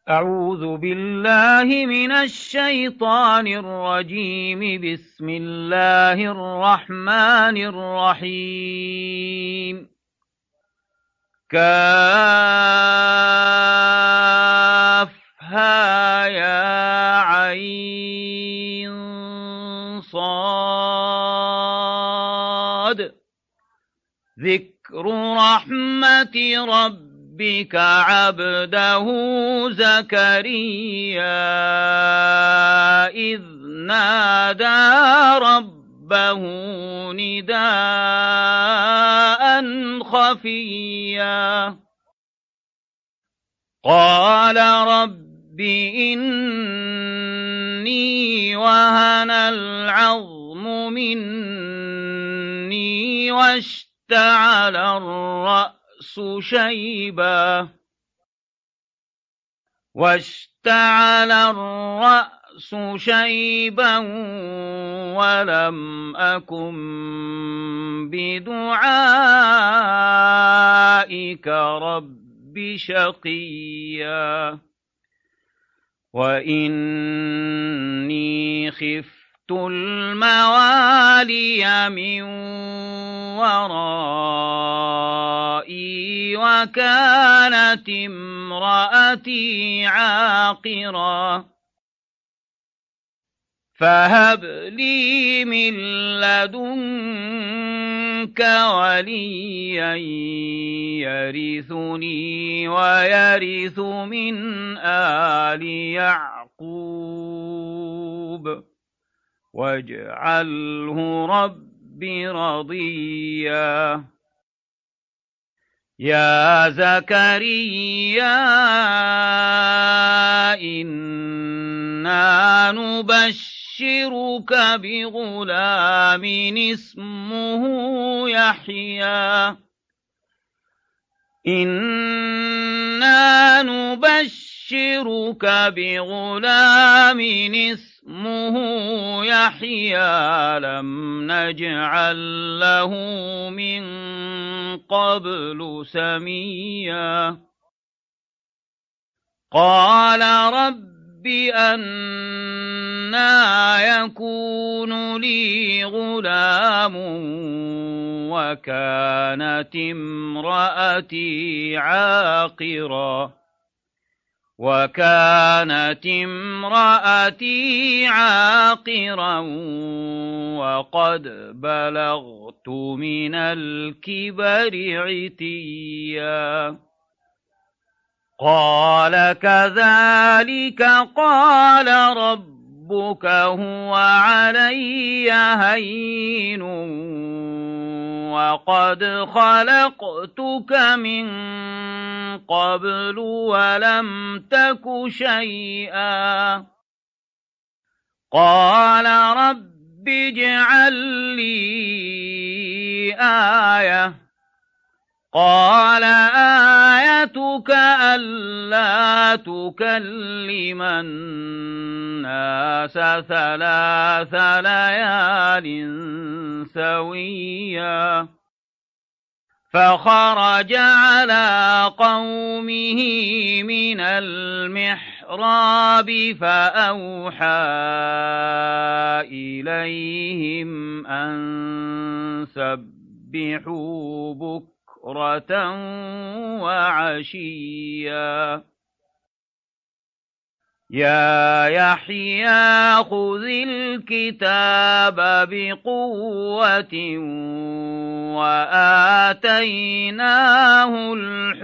أعوذ بالله من الشيطان الرجيم. بسم الله الرحمن الرحيم. كافها يا عين صاد. ذكر رحمة ربك عبده زكريا إذ نادى ربه نداء خفيا قال رب إني وهن العظم مني واشتعل الرأس شيبا ولم أكن بدعائك رب شقيا وإني خفت الموالي من ورائي وكانت امرأتي عاقرا فهب لي من لدنك وليا يرثني ويرث من آل يعقوب واجعله رب رضيا. يا زكريا إنا نبشرك بغلام اسمه يحيى. لم نجعل له من قبل سميا. قال رب أنى يكون لي غلام وكانت امرأتي عاقرا وقد بلغت من الكبر عتيا. قال كذلك قال ربك هو علي هين وقد خلقتك من قبل ولم تك شيئا. قال رب اجعل لي آية. قال آيتك ألا تكلم الناس 3 ليال سويا. فخرج على قومه من المحراب فأوحى إليهم أن سبحوا بكرة وعشيا. يا يحيى خذ الكتاب بقوة وآتيناه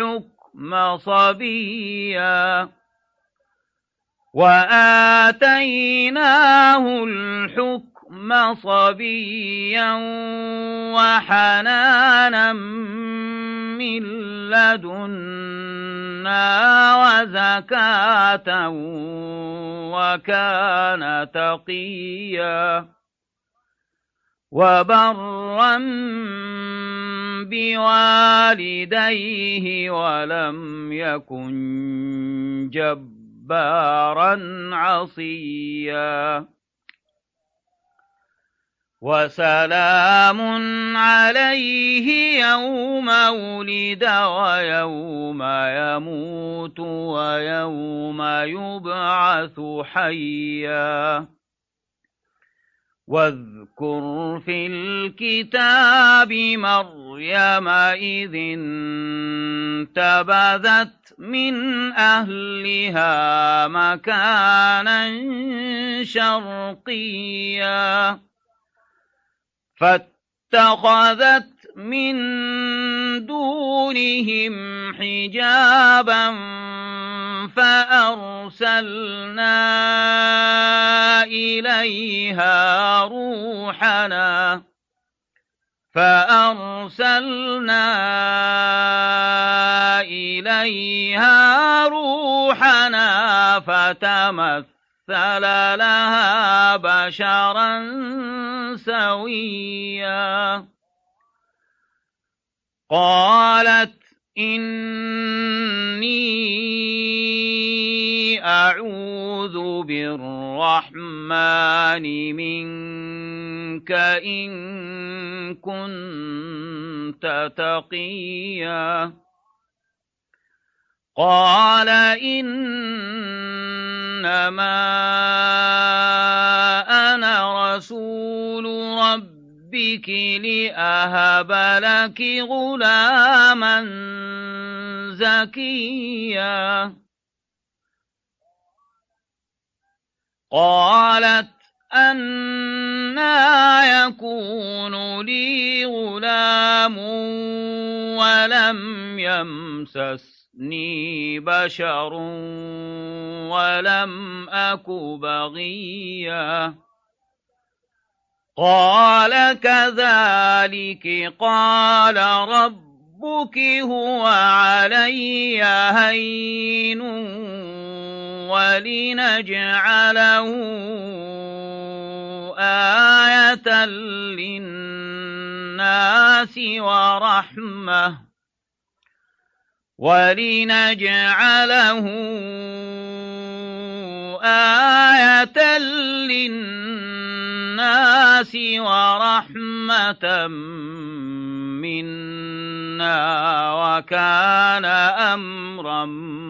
الحكم صبيا وحنانا من لدنا وزكاة وكان تقيا وبرا بوالديه ولم يكن جبارا عصيا. وسلام عليه يوم ولد ويوم يموت ويوم يبعث حيا واذكر في الكتاب مريم إذ انتبذت من أهلها مكانا شرقيا فاتخذت من دونهم حجابا فأرسلنا إليها روحنا فتمثل لها بشرا سويا قالت إني أعوذ بالرحمن منك إن كنت تقيا قال إنما أنا رسول ربك لأهب لك غلاما زكيا قالت أنى يكون لي غلام ولم يمسسني بشر ولم أك بغيا قال كذلك قال ربك هو علي هين ولنجعله آية للناس ورحمة منا وكان أمرا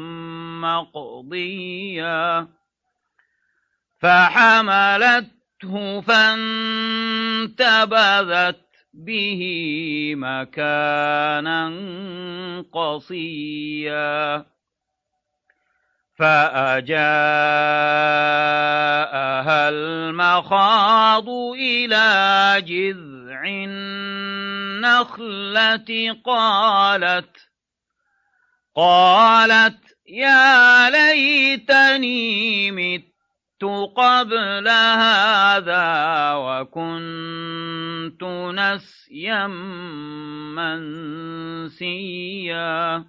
مقضيا فحملته فانتبذت به مكانا قصيا فأجاءها المخاض إلى جذع النخلة قالت يا ليتني مت قبل هذا وكنت نسيا منسيا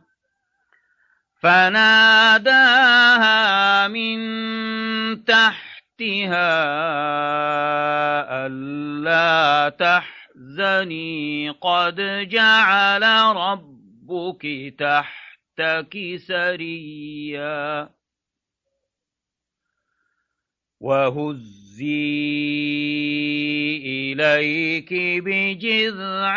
فناداها من تحتها ألا تحزني قد جعل ربك تحتك سريا وهزي إليك بجذع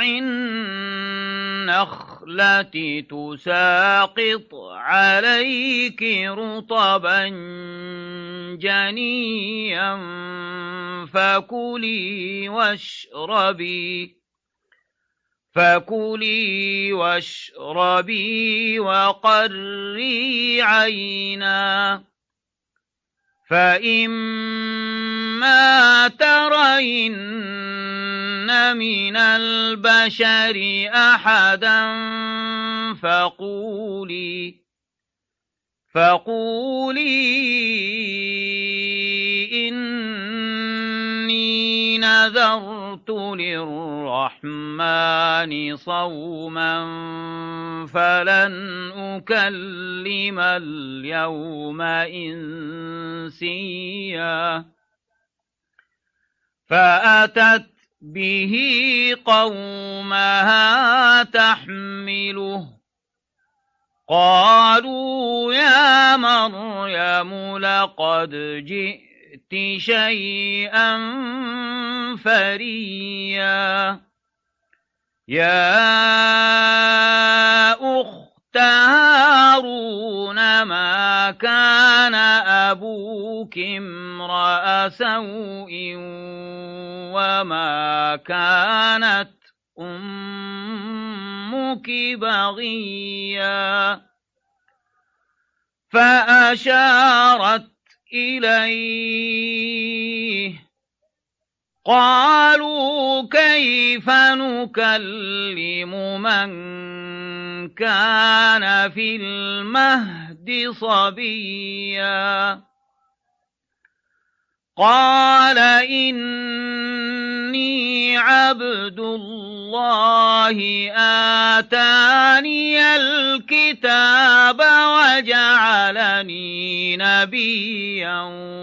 النخلة تساقط عليك رطبا جنيا فكلي واشربي وقري عينا فإما ترين من البشر أحدا فقولي إني نذرت للرحمن صوما فلن أكلم اليوم إنسيا فأتت به قومها تحمله قالوا يا مريم لقد جئت شيئا فريا يا أخت هارون ما كان أبوك امرأ سوء وما كانت أمك بغيا فأشارت إليه قالوا كيف نكلم من كان في المهد صبيا قال إني عبد الله آتاني الكتاب وجعلني نبيا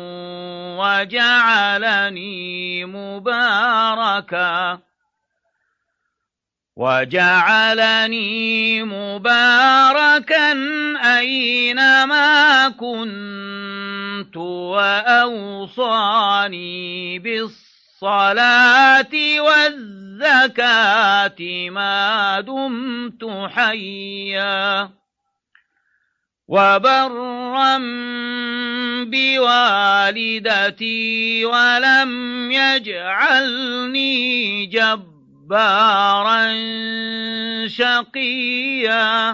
وجعلني مباركا أينما كنت وأوصاني بالصلاة والزكاة ما دمت حيا وبرا بوالدتي ولم يجعلني جبارا شقيا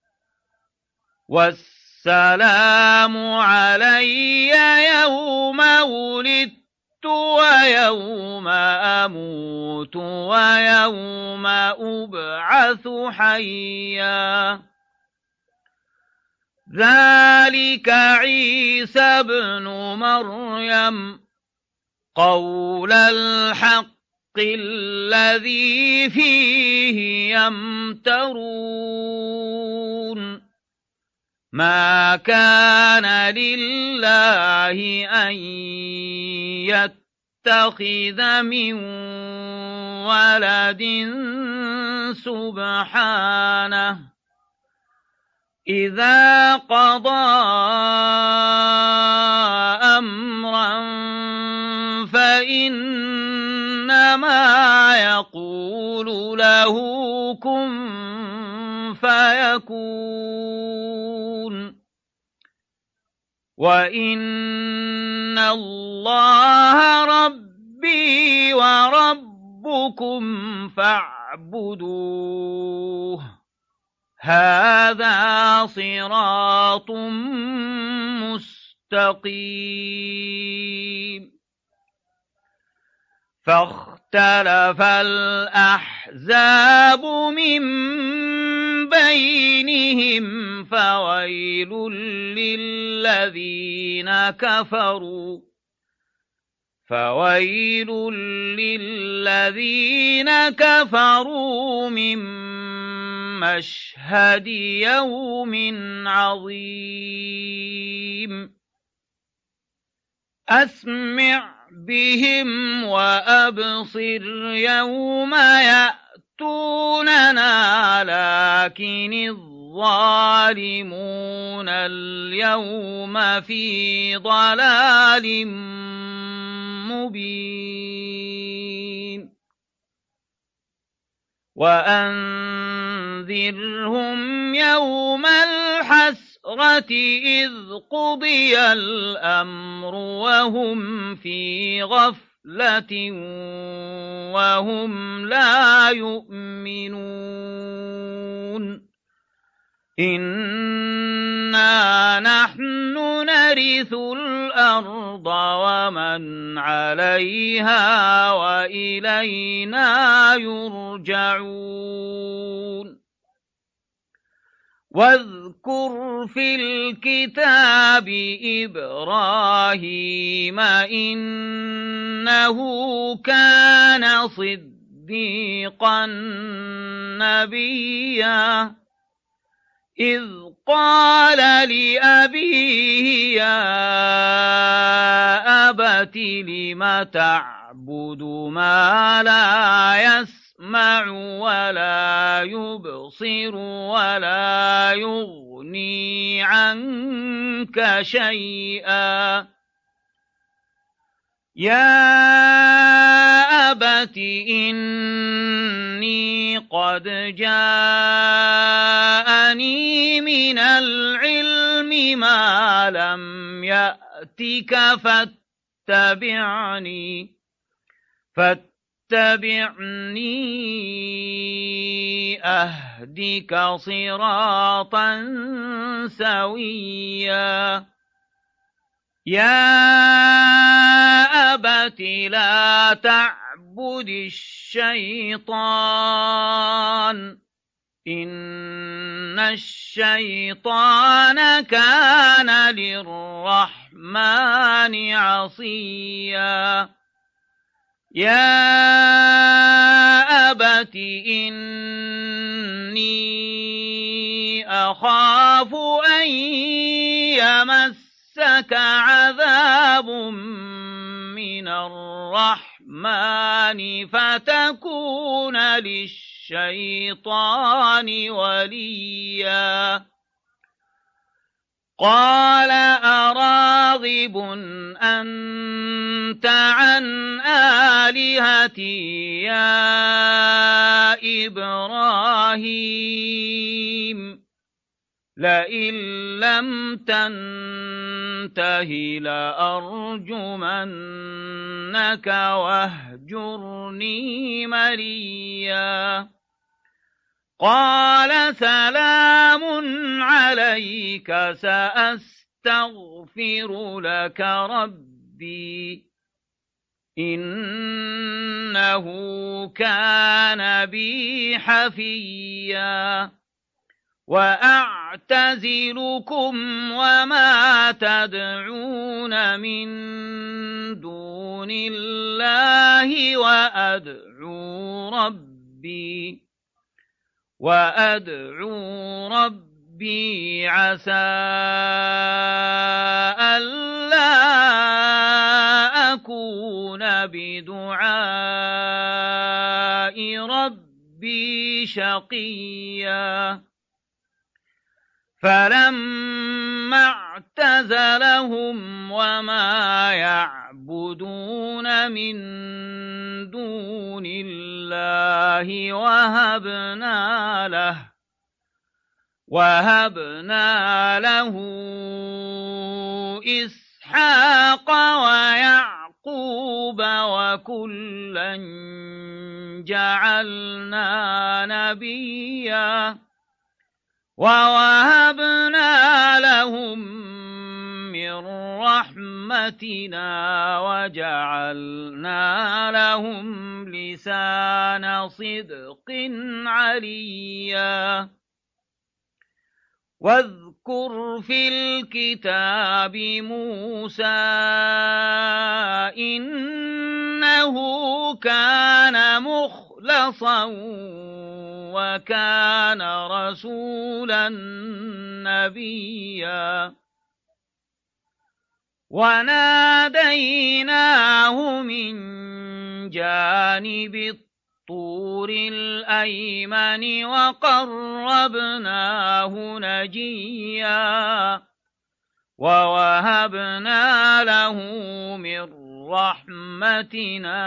والسلام علي يوم ولدت ويوم أموت ويوم أبعث حيا ذلك عيسى ابن مريم قول الحق الذي فيه يمترون ما كان لله أن يتخذ من ولد سبحانه إذا قضى أمرا فإنما يقول له كن فيكون وإن الله ربي وربكم فاعبدوه هذا صراط مستقيم فاختلف الأحزاب من بينهم فويل للذين كفروا من مشهد يوم عظيم أسمع بهم وأبصر يوم يأتوننا لكن الظالمون اليوم في ضلال مبين وأنذرهم يوم الحسرة إذ قضي الأمر وهم في غفلة وهم لا يؤمنون إنا نحن نرث الأرض ومن عليها وإلينا يرجعون واذكر في الكتاب إبراهيم إنه كان صديقا نبيا إذ قال لأبيه يا أبت لم تعبد ما لا يسمع ولا يبصر ولا يغني عنك شيئا يا أبت إني قد جاءني من العلم ما لم يأتك فاتبعني أهدك صراطا سويا يا أبت لا تعبد الشيطان إن الشيطان كان للرحمن عصيا يا أبت إني أخاف أن يمسك عذاب من الرحمن فتكون للشيطان وليا قال أراغب أنت عن آلهتي يا إبراهيم لئن لم تنته لأرجمنك واهجرني مليا قال سلام عليك سأستغفر لك ربي إنه كان بي حفيا وأعتزلكم وما تدعون من دون الله وأدعو ربي عسى ألا أكون بدعاء ربي شقيا فلما اعتزلهم وما يعبدون من دون الله وهبنا له إسحاق ويعقوب وكلا جعلنا نبيا ووهبنا لهم من رحمتنا وجعلنا لهم لسان صدق عليا واذكر في الكتاب موسى إنه كان مخلصا وكان رسولا نبيا وناديناه من جانب الطور الأيمن وقربناه نجيا ووهبنا له من رحمتنا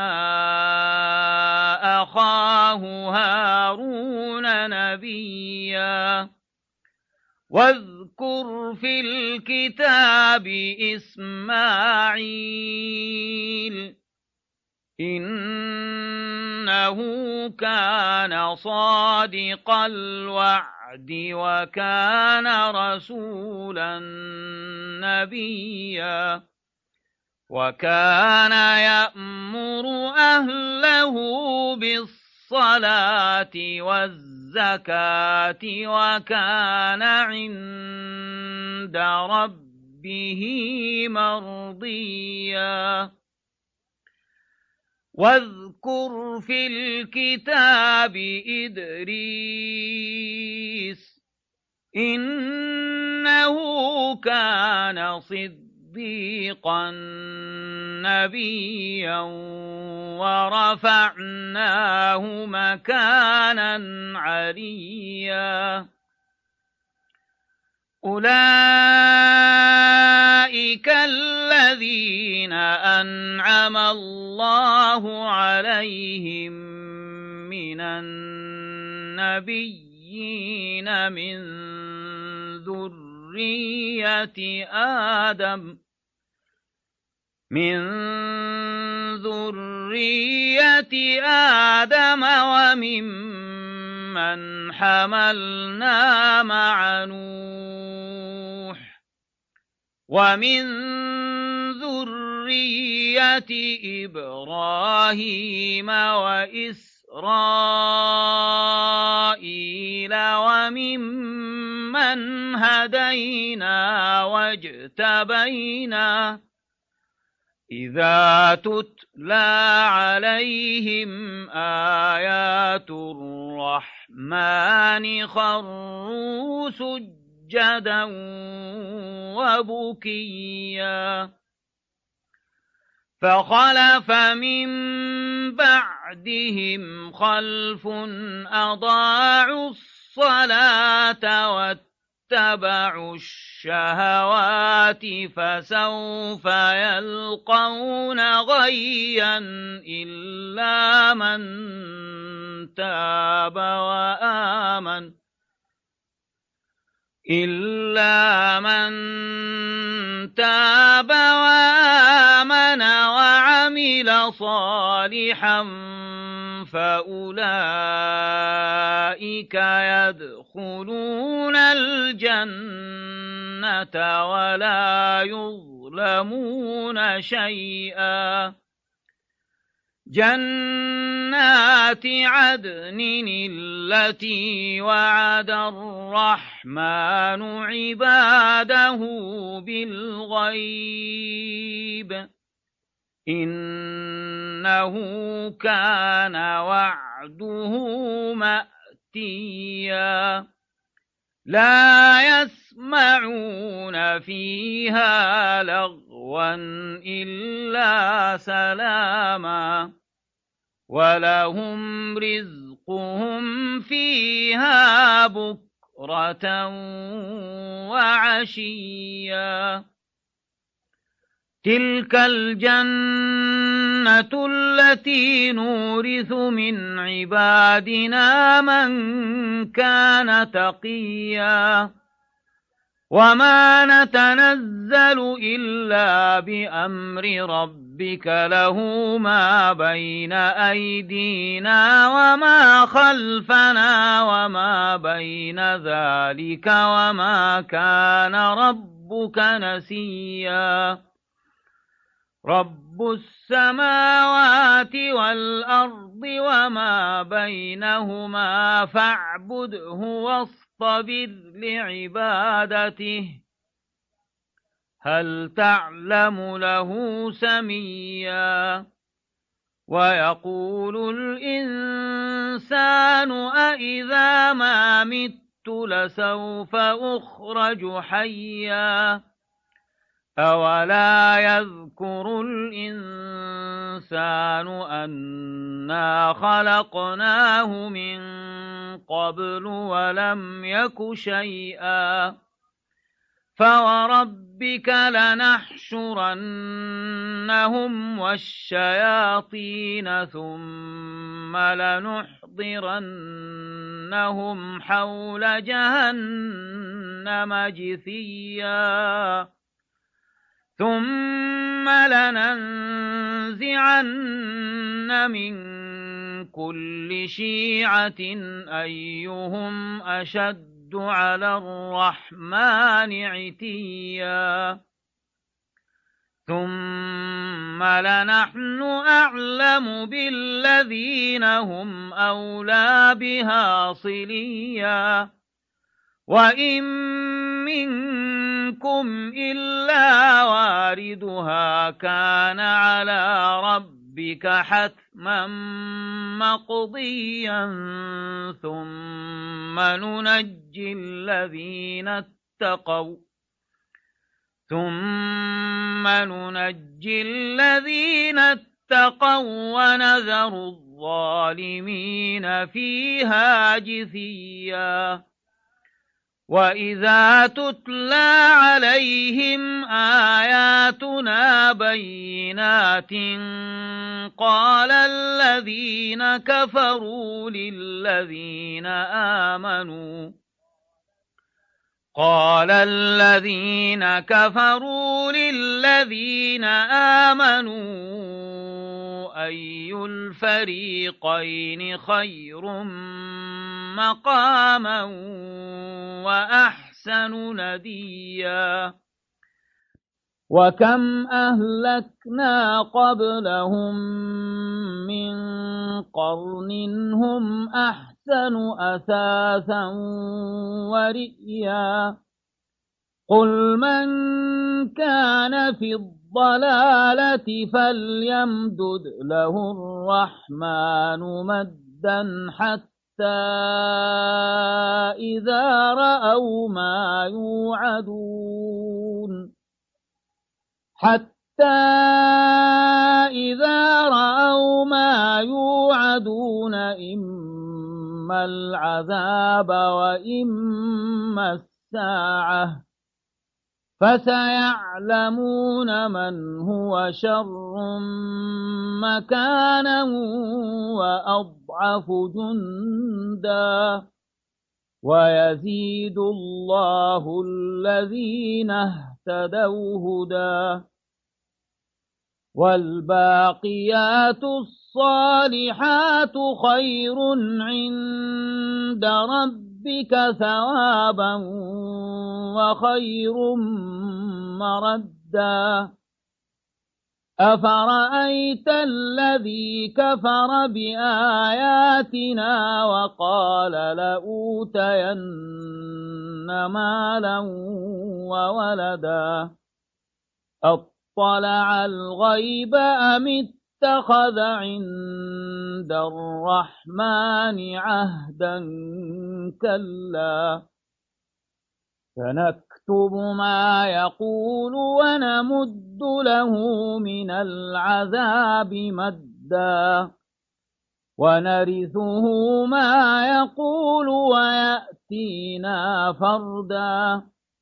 أخاه هارون نبيا واذكر في الكتاب إسماعيل إنه كان صادق الوعد وكان رسولا نبيا وكان يأمر أهله بالصلاة والزكاة وكان عند ربه مرضيا واذكر في الكتاب إدريس إنه كان صديقا نبيا ورفعناه مكانا عليا أولئك الذين أنعم الله عليهم من النبيين من ذرية آدم وممن حملنا مع نوح ومن ذرية إبراهيم وإسرائيل وممن هدينا واجتبينا إذا تتلى عليهم آيات الرحمن خروا سجدا وبكيا فخلف من بعدهم خلف أضاعوا الصلاة واتبعوا الشهوات فسوف يلقون غيا إلا من تاب وآمن وعمل صالحا فأولئك يدخلون الجنة ولا يظلمون شيئا جنات عدن التي وعد الرحمن عباده بالغيب إنه كان وعده مأتيا لا يسمعون فيها لغوا إلا سلاما ولهم رزقهم فيها بكرة وعشيا تلك الجنة التي نورث من عبادنا من كان تقيا وما نتنزل إلا بأمر ربك له ما بين أيدينا وما خلفنا وما بين ذلك وما كان ربك نسيا رب السماوات والأرض وما بينهما فاعبده واصطبر لعبادته هل تعلم له سميا ويقول الإنسان أإذا ما مت لسوف أخرج حيا أولا يذكر الإنسان أنا خلقناه من قبل ولم يك شيئا فوربك لنحشرنهم والشياطين ثم لنحضرنهم حول جهنم جثيا ثم لننزعن من كل شيعة أيهم أشد على الرحمن عتيا ثم لنحن أعلم بالذين هم أولى بها صليا وإن منكم إلا واردها كان على ربك حتما مقضيا ثم ننجي الذين اتقوا ونذر الظالمين فيها جثيا وَإِذَا تُتْلَى عَلَيْهِمْ آيَاتُنَا بَيِّنَاتٍ قَالَ الَّذِينَ كَفَرُوا لِلَّذِينَ آمَنُوا أَيُّ الْفَرِيقَيْنِ خَيْرٌ مَّقَامًا وَأَحْسَنُ نَدِيًّا وَكَمْ أَهْلَكْنَا قَبْلَهُم مِّن قَرْنٍ هُمْ أَحْسَنُ أَثَاثًا وَرِئْيًا قُلْ مَن كَانَ فِي الضَّلَالَةِ فَلْيَمْدُدْ لَهُ الرَّحْمَٰنُ مَدًّا حَتَّىٰ إِذَا رَأَوْا مَا يُوعَدُونَ إِمَّا الْعَذَابَ وَإِمَّا السَّاعَةَ فَسَيَعْلَمُونَ مَنْ هُوَ شَرٌّ مَّكَانًا وَأَضْعَفُ جُندًا وَيَزِيدُ اللَّهُ الَّذِينَ اهْتَدَوْا هُدًى وَالْبَاقِيَاتُ الصَّالِحَاتُ خَيْرٌ عِندَ رَبِّكَ ثَوَابًا وَخَيْرٌ مَّرَدًّا أَفَرَأَيْتَ الَّذِي كَفَرَ بِآيَاتِنَا وَقَالَ لَأُوتَيَنَّ مَالًا وَوَلَدًا أَطَّلَعَ الْغَيْبَ أَمِ اتَّخَذَ عِندَ الرَّحْمَٰنِ عَهْدًا كَلَّا سَنَكْتُبُ مَا يَقُولُ وَنَمُدُّ لَهُ مِنَ الْعَذَابِ مَدًّا وَنَرِثُهُ مَا يَقُولُ وَيَأْتِينَا فَرْدًا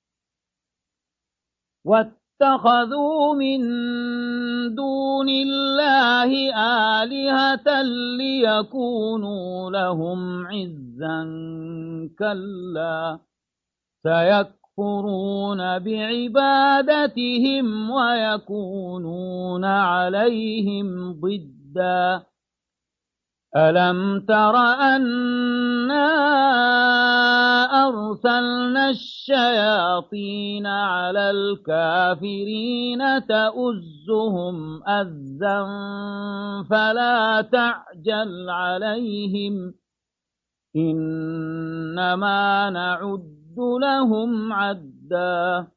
وَاتَّخَذُوا مِن دُونِ اللَّهِ آلِهَةً لِّيَكُونُوا لَهُمْ عِزًّا كَلَّا سَيَكْفُرُونَ بِعِبَادَتِهِمْ وَيَكُونُونَ عَلَيْهِمْ ضِدًّا أَلَمْ تَرَ أَنَّا أَرْسَلْنَا الشَّيَاطِينَ عَلَى الْكَافِرِينَ تَؤُزُّهُمْ أَزًّا فَلَا تَعْجَلْ عَلَيْهِمْ إِنَّمَا نَعُدُّ لَهُمْ عَدًّا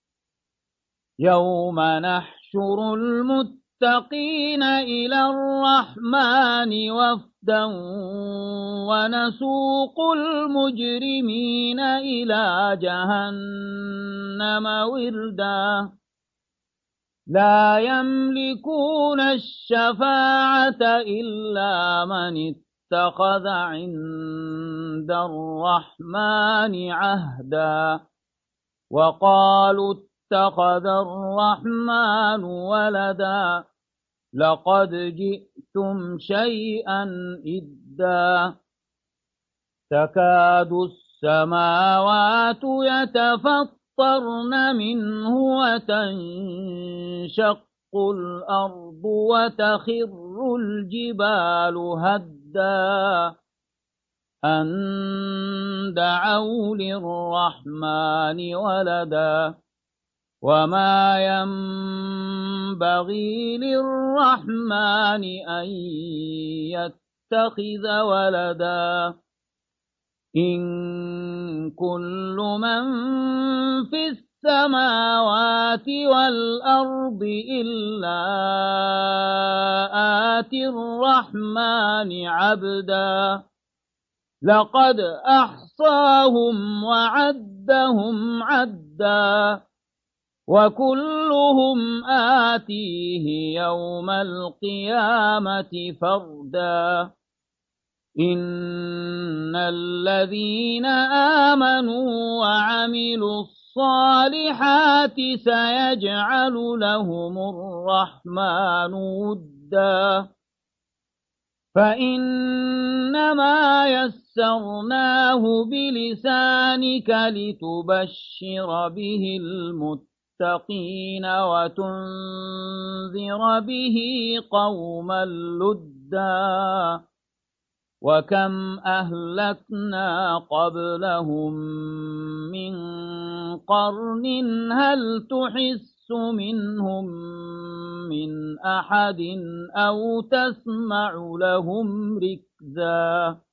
يَوْمَ نَحْشُرُ الْمُتَّقِينَ إِلَى الرَّحْمَٰنِ وَفْدًا وَنَسُوقُ الْمُجْرِمِينَ إِلَىٰ جَهَنَّمَ وِرْدًا لَا يَمْلِكُونَ الشَّفَاعَةَ إِلَّا مَنِ اتَّخَذَ عِندَ الرَّحْمَٰنِ عَهْدًا وَقَالُوا اتَّخَذَ الرَّحْمَٰنُ وَلَدًا لَّقَدْ جِئْتُمْ شَيْئًا إِدًّا تَكَادُ السَّمَاوَاتُ يَتَفَطَّرْنَ مِنْهُ وَتَنشَقُّ الْأَرْضُ وَتَخِرُّ الْجِبَالُ هَدًّا أَن دَعَوْا لِلرَّحْمَٰنِ وَلَدًا وَمَا يَنبَغِي لِلرَّحْمَٰنِ أَن يَتَّخِذَ وَلَدًا إِن كُلُّ مَن فِي السَّمَاوَاتِ وَالْأَرْضِ إِلَّا آتِي الرَّحْمَٰنِ عَبْدًا لَّقَدْ أَحْصَاهُمْ وَعَدَّهُمْ عَدًّا وَكُلُّهُمْ آتِيهِ يَوْمَ الْقِيَامَةِ فَرْدًا إن الذين آمنوا وعملوا الصالحات سيجعل لهم الرحمن ودا فإنما يسرناه بلسانك لتبشر به المتقين وتنذر به قوما لدا وكم أهلكنا قبلهم من قرن هل تحس منهم من أحد أو تسمع لهم ركزا